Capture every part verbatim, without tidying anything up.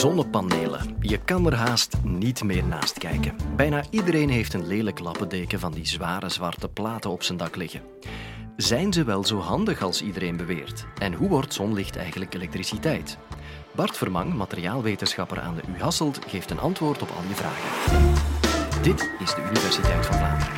Zonnepanelen. Je kan er haast niet meer naast kijken. Bijna iedereen heeft een lelijk lappendeken van die zware zwarte platen op zijn dak liggen. Zijn ze wel zo handig als iedereen beweert? En hoe wordt zonlicht eigenlijk elektriciteit? Bart Vermang, materiaalwetenschapper aan de U Hasselt, geeft een antwoord op al je vragen. Dit is de Universiteit van Vlaanderen.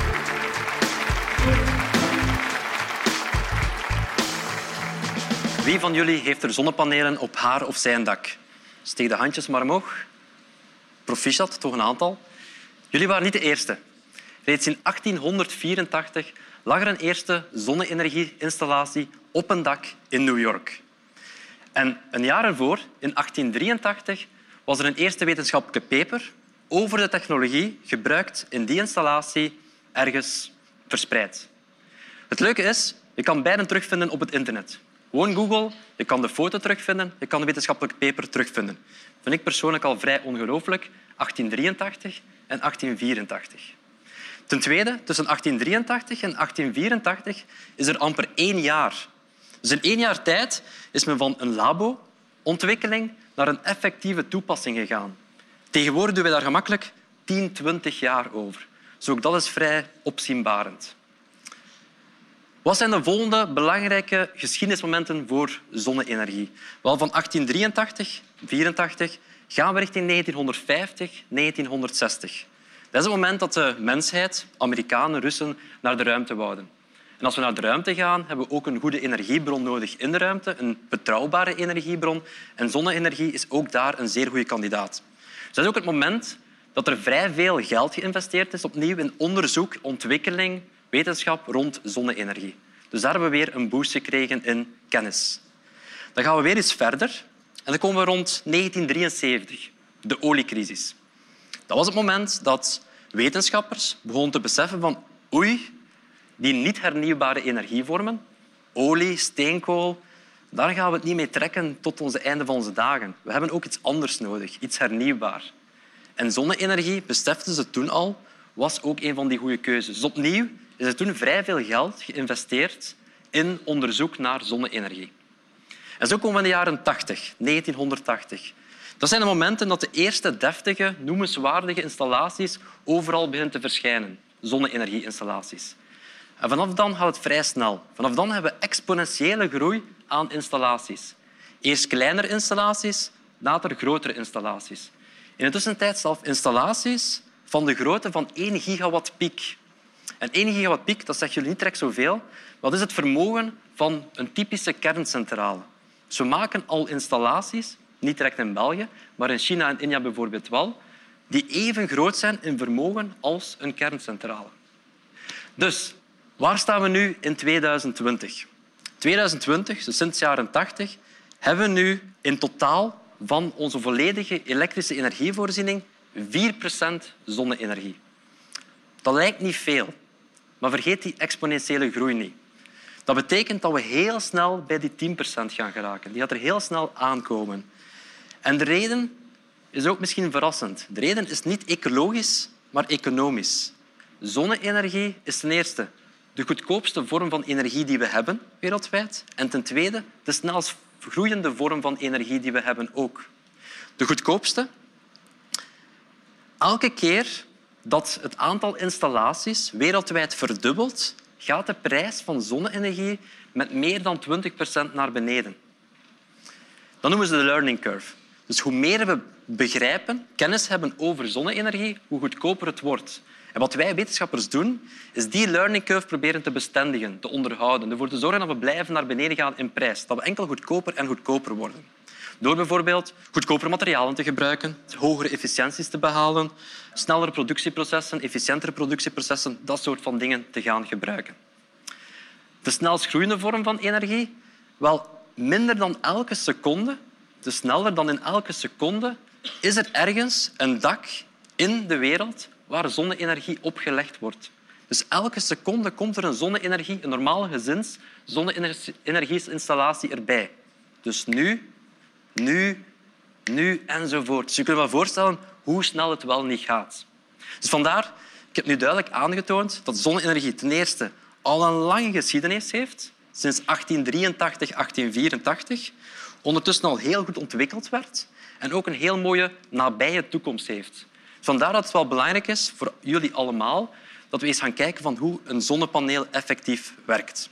Wie van jullie heeft er zonnepanelen op haar of zijn dak? Steek de handjes maar omhoog. Proficiat, toch een aantal. Jullie waren niet de eerste. Reeds in achttienhonderdvierentachtig lag er een eerste zonne-energie-installatie op een dak in New York. En een jaar ervoor, in achttiendrieëntachtig, was er een eerste wetenschappelijke paper over de technologie gebruikt in die installatie ergens verspreid. Het leuke is, je kan beiden terugvinden op het internet. Gewoon Google, je kan de foto terugvinden, je kan de wetenschappelijke paper terugvinden. Dat vind ik persoonlijk al vrij ongelooflijk. achttiendrieëntachtig en achttienvierentachtig. Ten tweede, tussen achttiendrieëntachtig en achttienvierentachtig is er amper één jaar. Dus in één jaar tijd is men van een labo-ontwikkeling naar een effectieve toepassing gegaan. Tegenwoordig doen we daar gemakkelijk tien, twintig jaar over. Dus ook dat is vrij opzienbarend. Wat zijn de volgende belangrijke geschiedenismomenten voor zonne-energie? Wel, van achttiendrieëntachtig, vierentachtig gaan we richting negentienhonderdvijftig, negentienhonderdzestig. Dat is het moment dat de mensheid, Amerikanen, Russen, naar de ruimte wouden. En als we naar de ruimte gaan, hebben we ook een goede energiebron nodig in de ruimte, een betrouwbare energiebron. En zonne-energie is ook daar een zeer goede kandidaat. Dus dat is ook het moment dat er vrij veel geld geïnvesteerd is opnieuw in onderzoek, ontwikkeling, wetenschap rond zonne-energie. Dus daar hebben we weer een boost gekregen in kennis. Dan gaan we weer eens verder en dan komen we rond negentiendrieënzeventig, de oliecrisis. Dat was het moment dat wetenschappers begonnen te beseffen van oei, die niet hernieuwbare energievormen, olie, steenkool, daar gaan we het niet mee trekken tot het einde van onze dagen. We hebben ook iets anders nodig, iets hernieuwbaar. En zonne-energie, beseften ze toen al, was ook een van die goede keuzes. Dus opnieuw is er toen vrij veel geld geïnvesteerd in onderzoek naar zonne-energie. En zo komen we in de jaren tachtig, negentienhonderdtachtig. Dat zijn de momenten dat de eerste deftige, noemenswaardige installaties overal beginnen te verschijnen. Zonne-energie-installaties. En vanaf dan gaat het vrij snel. Vanaf dan hebben we exponentiële groei aan installaties. Eerst kleinere installaties, later grotere installaties. In de tussentijd zelfs installaties van de grootte van één gigawatt piek. En één gigawatt piek, dat zegt jullie niet direct zoveel. Wat is het vermogen van een typische kerncentrale? Dus we maken al installaties, niet direct in België, maar in China en India bijvoorbeeld wel, die even groot zijn in vermogen als een kerncentrale. Dus waar staan we nu in tweeduizend twintig? tweeduizend twintig, dus sinds de jaren tachtig, hebben we nu in totaal van onze volledige elektrische energievoorziening vier procent zonne-energie. Dat lijkt niet veel, maar vergeet die exponentiële groei niet. Dat betekent dat we heel snel bij die tien procent gaan geraken. Die gaat er heel snel aankomen. En de reden is ook misschien verrassend. De reden is niet ecologisch, maar economisch. Zonne-energie is ten eerste de goedkoopste vorm van energie die we hebben wereldwijd. En ten tweede de snelst groeiende vorm van energie die we hebben ook. De goedkoopste. Elke keer dat het aantal installaties wereldwijd verdubbelt, gaat de prijs van zonne-energie met meer dan twintig procent naar beneden. Dat noemen ze de learning curve. Dus hoe meer we begrijpen, kennis hebben over zonne-energie, hoe goedkoper het wordt. En wat wij wetenschappers doen, is die learning curve proberen te bestendigen, te onderhouden, ervoor te zorgen dat we blijven naar beneden gaan in prijs. Dat we enkel goedkoper en goedkoper worden. Door bijvoorbeeld goedkopere materialen te gebruiken, hogere efficiënties te behalen, snellere productieprocessen, efficiëntere productieprocessen, dat soort van dingen te gaan gebruiken. De snelst groeiende vorm van energie? Wel, minder dan elke seconde, dus sneller dan in elke seconde, is er ergens een dak in de wereld waar zonne-energie opgelegd wordt. Dus elke seconde komt er een zonne-energie, een normale gezins zonne-energieinstallatie erbij. Dus nu, nu, nu enzovoort. Dus je kunt je wel voorstellen hoe snel het wel niet gaat. Dus vandaar, ik heb nu duidelijk aangetoond dat zonne-energie ten eerste al een lange geschiedenis heeft, sinds achttiendrieëntachtig, achttienvierentachtig, ondertussen al heel goed ontwikkeld werd en ook een heel mooie nabije toekomst heeft. Vandaar dat het wel belangrijk is voor jullie allemaal dat we eens gaan kijken van hoe een zonnepaneel effectief werkt.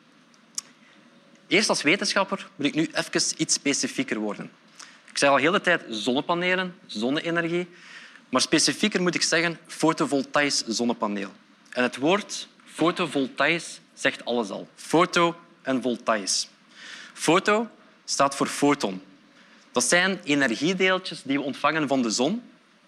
Eerst als wetenschapper moet ik nu even iets specifieker worden. Ik zei al de hele tijd zonnepanelen, zonne-energie, maar specifieker moet ik zeggen fotovoltaïsch zonnepaneel. En het woord fotovoltaïsch zegt alles al. Foto en voltaïs. Foto staat voor foton. Dat zijn energiedeeltjes die we ontvangen van de zon.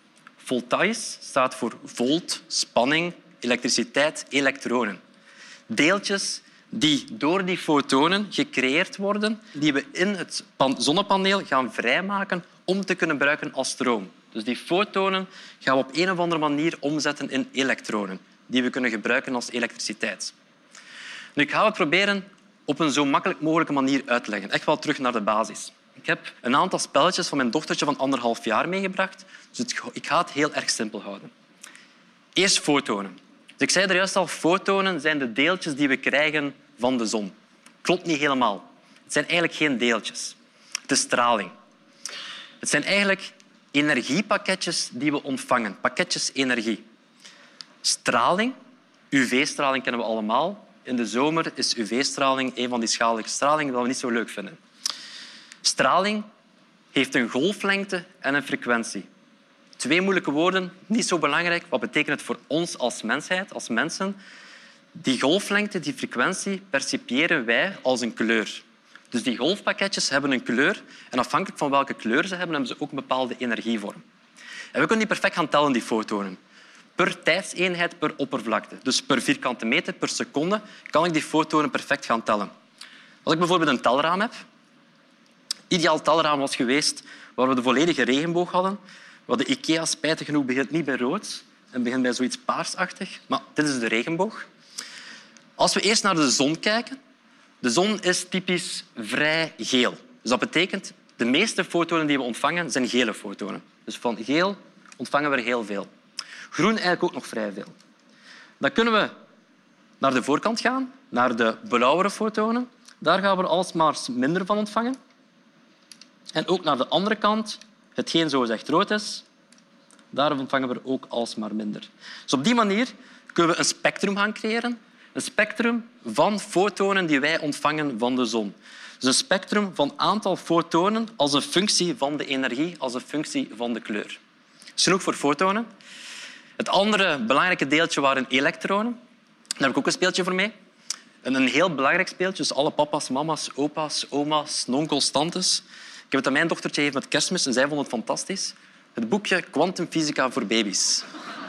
Voltaïs staat voor volt, spanning, elektriciteit, elektronen. Deeltjes die door die fotonen gecreëerd worden, die we in het zonnepaneel gaan vrijmaken om te kunnen gebruiken als stroom. Dus die fotonen gaan we op een of andere manier omzetten in elektronen, die we kunnen gebruiken als elektriciteit. Nu, ik ga het proberen op een zo makkelijk mogelijke manier uit te leggen. Echt wel terug naar de basis. Ik heb een aantal spelletjes van mijn dochtertje van anderhalf jaar meegebracht. Dus ik ga het heel erg simpel houden. Eerst fotonen. Dus ik zei er juist al, fotonen zijn de deeltjes die we krijgen van de zon. Klopt niet helemaal. Het zijn eigenlijk geen deeltjes. Het is straling. Het zijn eigenlijk energiepakketjes die we ontvangen. Pakketjes energie. Straling, U V-straling kennen we allemaal. In de zomer is U V-straling een van die schadelijke stralingen die we niet zo leuk vinden. Straling heeft een golflengte en een frequentie. Twee moeilijke woorden, niet zo belangrijk. Wat betekent het voor ons als mensheid, als mensen? Die golflengte, die frequentie, percipiëren wij als een kleur. Dus die golfpakketjes hebben een kleur en afhankelijk van welke kleur ze hebben, hebben ze ook een bepaalde energievorm. En we kunnen die perfect gaan tellen, die fotonen. Per tijdseenheid, per oppervlakte. Dus per vierkante meter, per seconde, kan ik die fotonen perfect gaan tellen. Als ik bijvoorbeeld een telraam heb, ideaal telraam was geweest waar we de volledige regenboog hadden. Wat de IKEA, spijtig genoeg, begint niet bij rood en begint bij zoiets paarsachtig. Maar dit is de regenboog. Als we eerst naar de zon kijken, de zon is typisch vrij geel. Dus dat betekent de meeste fotonen die we ontvangen zijn gele fotonen. Dus van geel ontvangen we er heel veel. Groen eigenlijk ook nog vrij veel. Dan kunnen we naar de voorkant gaan, naar de blauwere fotonen. Daar gaan we er alsmaar minder van ontvangen. En ook naar de andere kant, hetgeen zogezegd rood is, daar ontvangen we er ook alsmaar minder. Dus op die manier kunnen we een spectrum gaan creëren. Een spectrum van fotonen die wij ontvangen van de zon. Dus een spectrum van aantal fotonen als een functie van de energie, als een functie van de kleur. Dat is genoeg voor fotonen. Het andere belangrijke deeltje waren elektronen. Daar heb ik ook een speeltje voor mee. Een heel belangrijk speeltje. Dus alle papa's, mama's, opa's, oma's, onkels, tantes. Ik heb het aan mijn dochtertje gegeven met Kerstmis en zij vond het fantastisch. Het boekje Kwantumfysica voor baby's.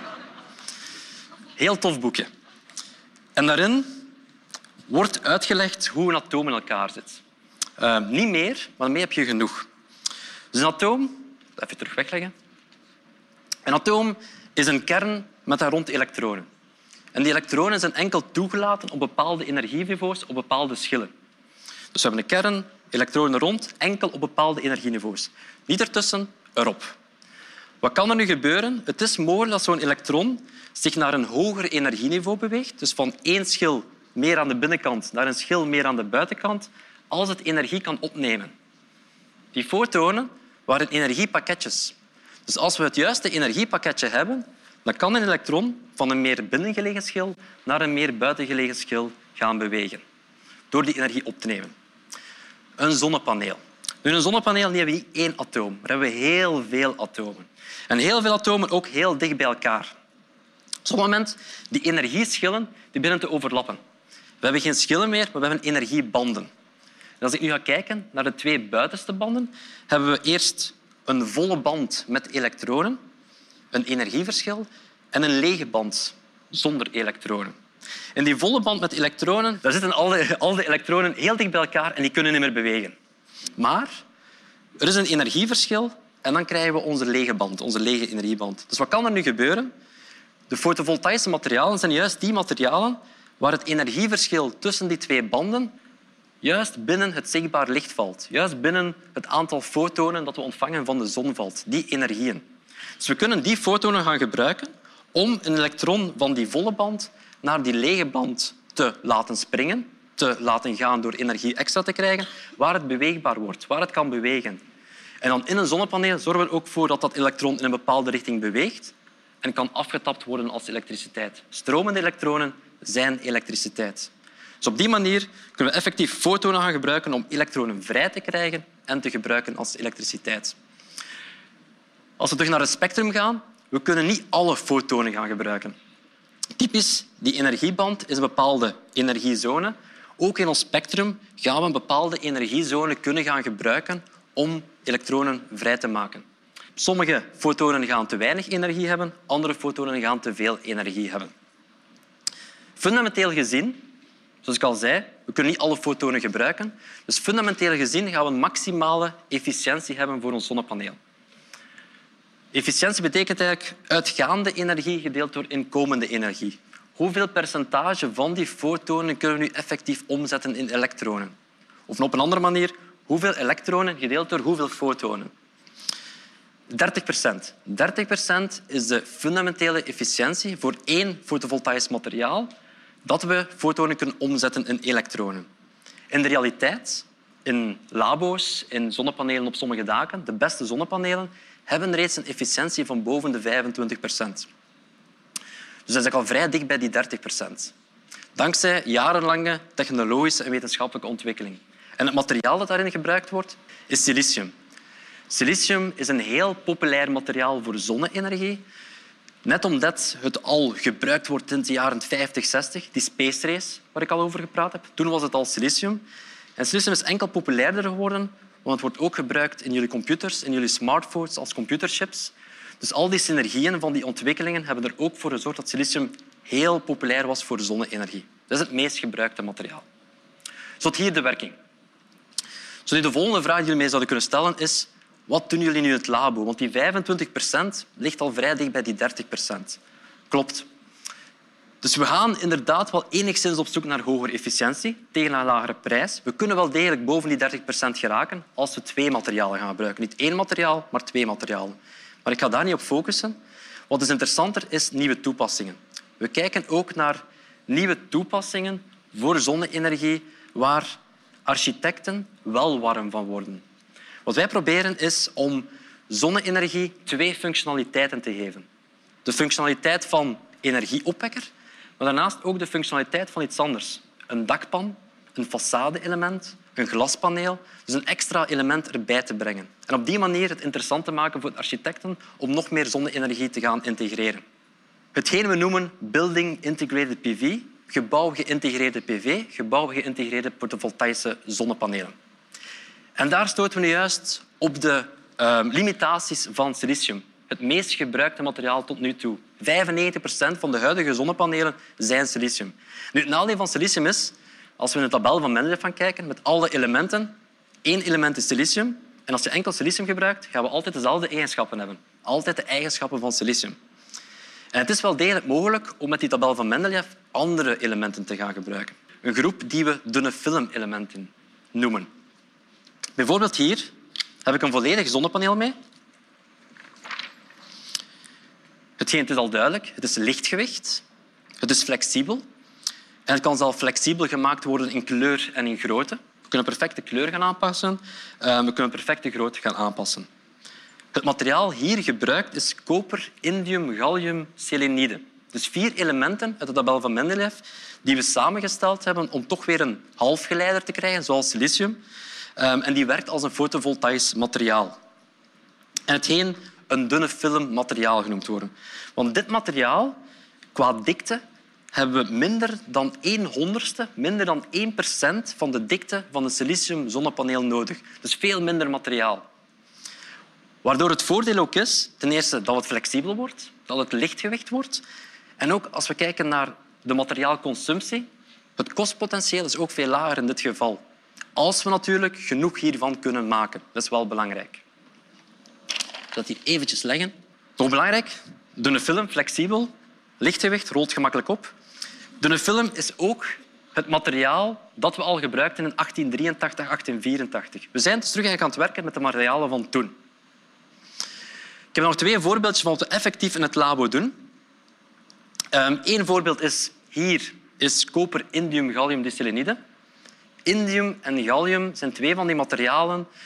Heel tof boekje. En daarin wordt uitgelegd hoe een atoom in elkaar zit. Uh, niet meer, maar daarmee heb je genoeg. Dus een atoom... Even terug wegleggen. Een atoom is een kern met daar rond elektronen. En die elektronen zijn enkel toegelaten op bepaalde energieniveaus, op bepaalde schillen. Dus we hebben een kern, elektronen rond, enkel op bepaalde energieniveaus. Niet ertussen, erop. Wat kan er nu gebeuren? Het is mogelijk dat zo'n elektron zich naar een hoger energieniveau beweegt, dus van één schil meer aan de binnenkant naar een schil meer aan de buitenkant, als het energie kan opnemen. Die fotonen waren energiepakketjes. Dus als we het juiste energiepakketje hebben, dan kan een elektron van een meer binnengelegen schil naar een meer buitengelegen schil gaan bewegen, door die energie op te nemen. Een zonnepaneel. Nu, in een zonnepaneel hebben we niet één atoom, maar hebben we heel veel atomen. En heel veel atomen ook heel dicht bij elkaar. Op zo'n moment, die energieschillen die beginnen te overlappen. We hebben geen schillen meer, maar we hebben energiebanden. En als ik nu ga kijken naar de twee buitenste banden, hebben we eerst een volle band met elektronen, een energieverschil, en een lege band zonder elektronen. In die volle band met elektronen daar zitten al de, al de elektronen heel dicht bij elkaar en die kunnen niet meer bewegen. Maar er is een energieverschil en dan krijgen we onze lege band, onze lege energieband. Dus wat kan er nu gebeuren? De fotovoltaïsche materialen zijn juist die materialen waar het energieverschil tussen die twee banden juist binnen het zichtbaar licht valt. Juist binnen het aantal fotonen dat we ontvangen van de zon valt. Die energieën. Dus we kunnen die fotonen gaan gebruiken om een elektron van die volle band naar die lege band te laten springen, te laten gaan door energie extra te krijgen, waar het beweegbaar wordt, waar het kan bewegen. En dan in een zonnepaneel zorgen we er ook voor dat dat elektron in een bepaalde richting beweegt en kan afgetapt worden als elektriciteit. Stromende elektronen zijn elektriciteit. Dus op die manier kunnen we effectief fotonen gaan gebruiken om elektronen vrij te krijgen en te gebruiken als elektriciteit. Als we terug naar het spectrum gaan, we kunnen niet alle fotonen gaan gebruiken. Typisch, die energieband is een bepaalde energiezone. Ook in ons spectrum gaan we een bepaalde energiezone kunnen gaan gebruiken om elektronen vrij te maken. Sommige fotonen gaan te weinig energie hebben, andere fotonen gaan te veel energie hebben. Fundamenteel gezien, zoals ik al zei, we kunnen niet alle fotonen gebruiken. Dus fundamenteel gezien gaan we een maximale efficiëntie hebben voor ons zonnepaneel. Efficiëntie betekent eigenlijk uitgaande energie gedeeld door inkomende energie. Hoeveel percentage van die fotonen kunnen we nu effectief omzetten in elektronen? Of op een andere manier, hoeveel elektronen gedeeld door hoeveel fotonen? dertig procent. dertig procent is de fundamentele efficiëntie voor één fotovoltaïsch materiaal dat we fotonen kunnen omzetten in elektronen. In de realiteit, in labo's, in zonnepanelen op sommige daken, de beste zonnepanelen, hebben reeds een efficiëntie van boven de vijfentwintig procent. Dus dat is al vrij dicht bij die dertig procent. Dankzij jarenlange technologische en wetenschappelijke ontwikkeling. En het materiaal dat daarin gebruikt wordt, is silicium. Silicium is een heel populair materiaal voor zonne-energie. Net omdat het al gebruikt wordt in de jaren vijftig, zestig, die space race waar ik al over gepraat heb. Toen was het al silicium. En silicium is enkel populairder geworden, want het wordt ook gebruikt in jullie computers, in jullie smartphones als computerchips. Dus al die synergieën van die ontwikkelingen hebben er ook voor gezorgd dat silicium heel populair was voor zonne-energie. Dat is het meest gebruikte materiaal. Tot hier de werking. Zo, de volgende vraag die jullie mee zouden kunnen stellen is: wat doen jullie nu in het labo? Want die vijfentwintig procent ligt al vrij dicht bij die dertig procent. Klopt. Dus we gaan inderdaad wel enigszins op zoek naar hogere efficiëntie tegen een lagere prijs. We kunnen wel degelijk boven die dertig procent geraken als we twee materialen gaan gebruiken. Niet één materiaal, maar twee materialen. Maar ik ga daar niet op focussen. Wat is interessanter is nieuwe toepassingen. We kijken ook naar nieuwe toepassingen voor zonne-energie waar architecten wel warm van worden. Wat wij proberen is om zonne-energie twee functionaliteiten te geven. De functionaliteit van energieopwekker, maar daarnaast ook de functionaliteit van iets anders. Een dakpan, een façade-element, een glaspaneel. Dus een extra element erbij te brengen. En op die manier het interessant te maken voor de architecten om nog meer zonne-energie te gaan integreren. Hetgeen we noemen Building Integrated P V, gebouw geïntegreerde P V, gebouw geïntegreerde fotovoltaïsche zonnepanelen. En daar stoten we nu juist op de uh, limitaties van silicium. Het meest gebruikte materiaal tot nu toe. vijfennegentig procent van de huidige zonnepanelen zijn silicium. Nu, het nadeel van silicium is, als we in de tabel van Mendeleev gaan kijken, met alle elementen, één element is silicium. En als je enkel silicium gebruikt, gaan we altijd dezelfde eigenschappen hebben. Altijd de eigenschappen van silicium. En het is wel degelijk mogelijk om met die tabel van Mendeleev andere elementen te gaan gebruiken. Een groep die we dunne film-elementen noemen. Bijvoorbeeld hier heb ik een volledig zonnepaneel mee. Hetgeen, het is al duidelijk, het is lichtgewicht, het is flexibel en het kan zelf flexibel gemaakt worden in kleur en in grootte. We kunnen perfect de kleur gaan aanpassen, we kunnen perfect de grootte gaan aanpassen. Het materiaal hier gebruikt is koper, indium, gallium, selenide. Dus vier elementen uit de tabel van Mendeleev die we samengesteld hebben om toch weer een halfgeleider te krijgen, zoals silicium. En die werkt als een fotovoltaïsch materiaal. En hetgeen een dunne film materiaal genoemd wordt. Want dit materiaal, qua dikte, hebben we minder dan een honderdste, minder dan één procent van de dikte van een silicium zonnepaneel nodig. Dus veel minder materiaal. Waardoor het voordeel ook is, ten eerste dat het flexibel wordt, dat het lichtgewicht wordt. En ook als we kijken naar de materiaalconsumptie, het kostpotentieel is ook veel lager in dit geval. Als we natuurlijk genoeg hiervan kunnen maken. Dat is wel belangrijk. Ik zal het hier eventjes leggen. Nog belangrijk, dunne film, flexibel, lichtgewicht, rolt gemakkelijk op. Dunne film is ook het materiaal dat we al gebruikten in achttien drieëntachtig, achttien vierentachtig. We zijn dus terug aan het werken met de materialen van toen. Ik heb nog twee voorbeeldjes van wat we effectief in het labo doen. Um, Eén voorbeeld is hier is koper, indium, gallium, diselenide. Indium en gallium zijn twee van die materialen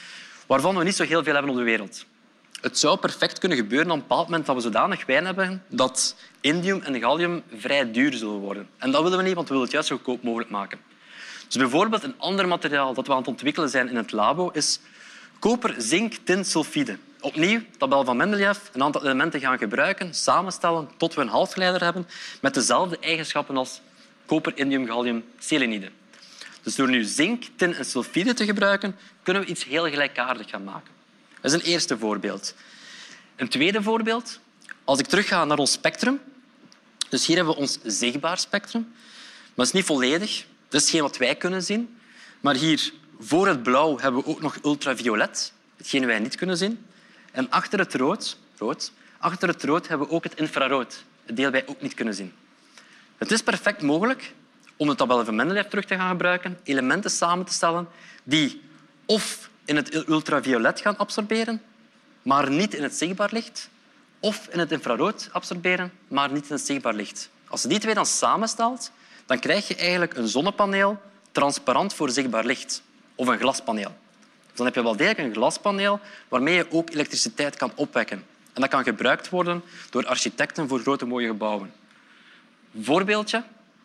waarvan we niet zo heel veel hebben op de wereld. Het zou perfect kunnen gebeuren op een bepaald moment dat we zodanig wijn hebben dat indium en gallium vrij duur zullen worden. En dat willen we niet, want we willen het juist zo goedkoop mogelijk maken. Dus bijvoorbeeld een ander materiaal dat we aan het ontwikkelen zijn in het labo is koper-zink-tin-sulfide. Opnieuw, tabel van Mendeleev, een aantal elementen gaan gebruiken, samenstellen tot we een halfgeleider hebben met dezelfde eigenschappen als koper, indium, gallium, selenide. Dus door nu zink, tin en sulfide te gebruiken, kunnen we iets heel gelijkaardigs gaan maken. Dat is een eerste voorbeeld. Een tweede voorbeeld. Als ik terugga naar ons spectrum. Dus hier hebben we ons zichtbaar spectrum. Maar dat is niet volledig. Dat is hetgeen wat wij kunnen zien. Maar hier, voor het blauw, hebben we ook nog ultraviolet. Hetgeen wij niet kunnen zien. En achter het rood, rood, achter het rood hebben we ook het infrarood. Het deel wij ook niet kunnen zien. Het is perfect mogelijk om de tabel van Mendeleev terug te gaan gebruiken, elementen samen te stellen die of in het ultraviolet gaan absorberen, maar niet in het zichtbaar licht, of in het infrarood absorberen, maar niet in het zichtbaar licht. Als je die twee dan samenstelt, dan krijg je eigenlijk een zonnepaneel transparant voor zichtbaar licht. Of een glaspaneel. Dus dan heb je wel degelijk een glaspaneel waarmee je ook elektriciteit kan opwekken. En dat kan gebruikt worden door architecten voor grote mooie gebouwen. Voorbeeldje.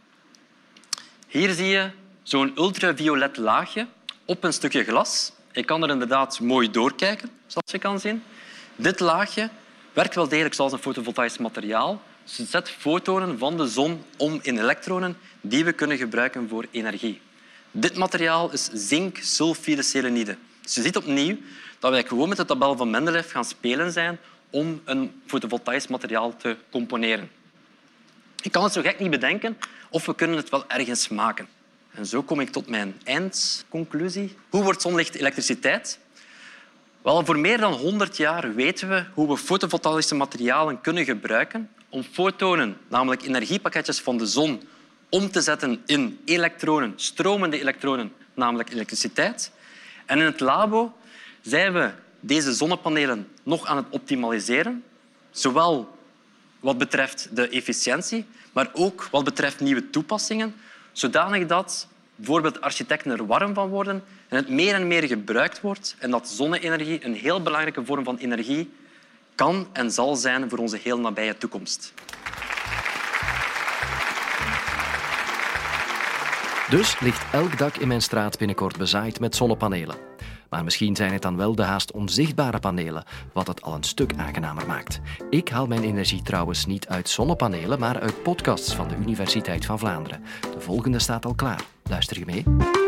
Hier zie je zo'n ultraviolet laagje op een stukje glas. Je kan er inderdaad mooi doorkijken, zoals je kan zien. Dit laagje werkt wel degelijk zoals een fotovoltaïsch materiaal. Dus het zet fotonen van de zon om in elektronen die we kunnen gebruiken voor energie. Dit materiaal is zink-sulfide-selenide. Dus je ziet opnieuw dat wij gewoon met de tabel van Mendeleev gaan spelen zijn om een fotovoltaïsch materiaal te componeren. Ik kan het zo gek niet bedenken of we kunnen het wel ergens maken. En zo kom ik tot mijn eindconclusie. Hoe wordt zonlicht elektriciteit? Wel, voor meer dan honderd jaar weten we hoe we fotovoltaïsche materialen kunnen gebruiken om fotonen, namelijk energiepakketjes van de zon, om te zetten in elektronen, stromende elektronen, namelijk elektriciteit. En in het labo zijn we deze zonnepanelen nog aan het optimaliseren, zowel wat betreft de efficiëntie, maar ook wat betreft nieuwe toepassingen, zodanig dat bijvoorbeeld architecten er warm van worden en het meer en meer gebruikt wordt en dat zonne-energie een heel belangrijke vorm van energie kan en zal zijn voor onze heel nabije toekomst. Dus ligt elk dak in mijn straat binnenkort bezaaid met zonnepanelen. Maar misschien zijn het dan wel de haast onzichtbare panelen, wat het al een stuk aangenamer maakt. Ik haal mijn energie trouwens niet uit zonnepanelen, maar uit podcasts van de Universiteit van Vlaanderen. De volgende staat al klaar. Luister je mee?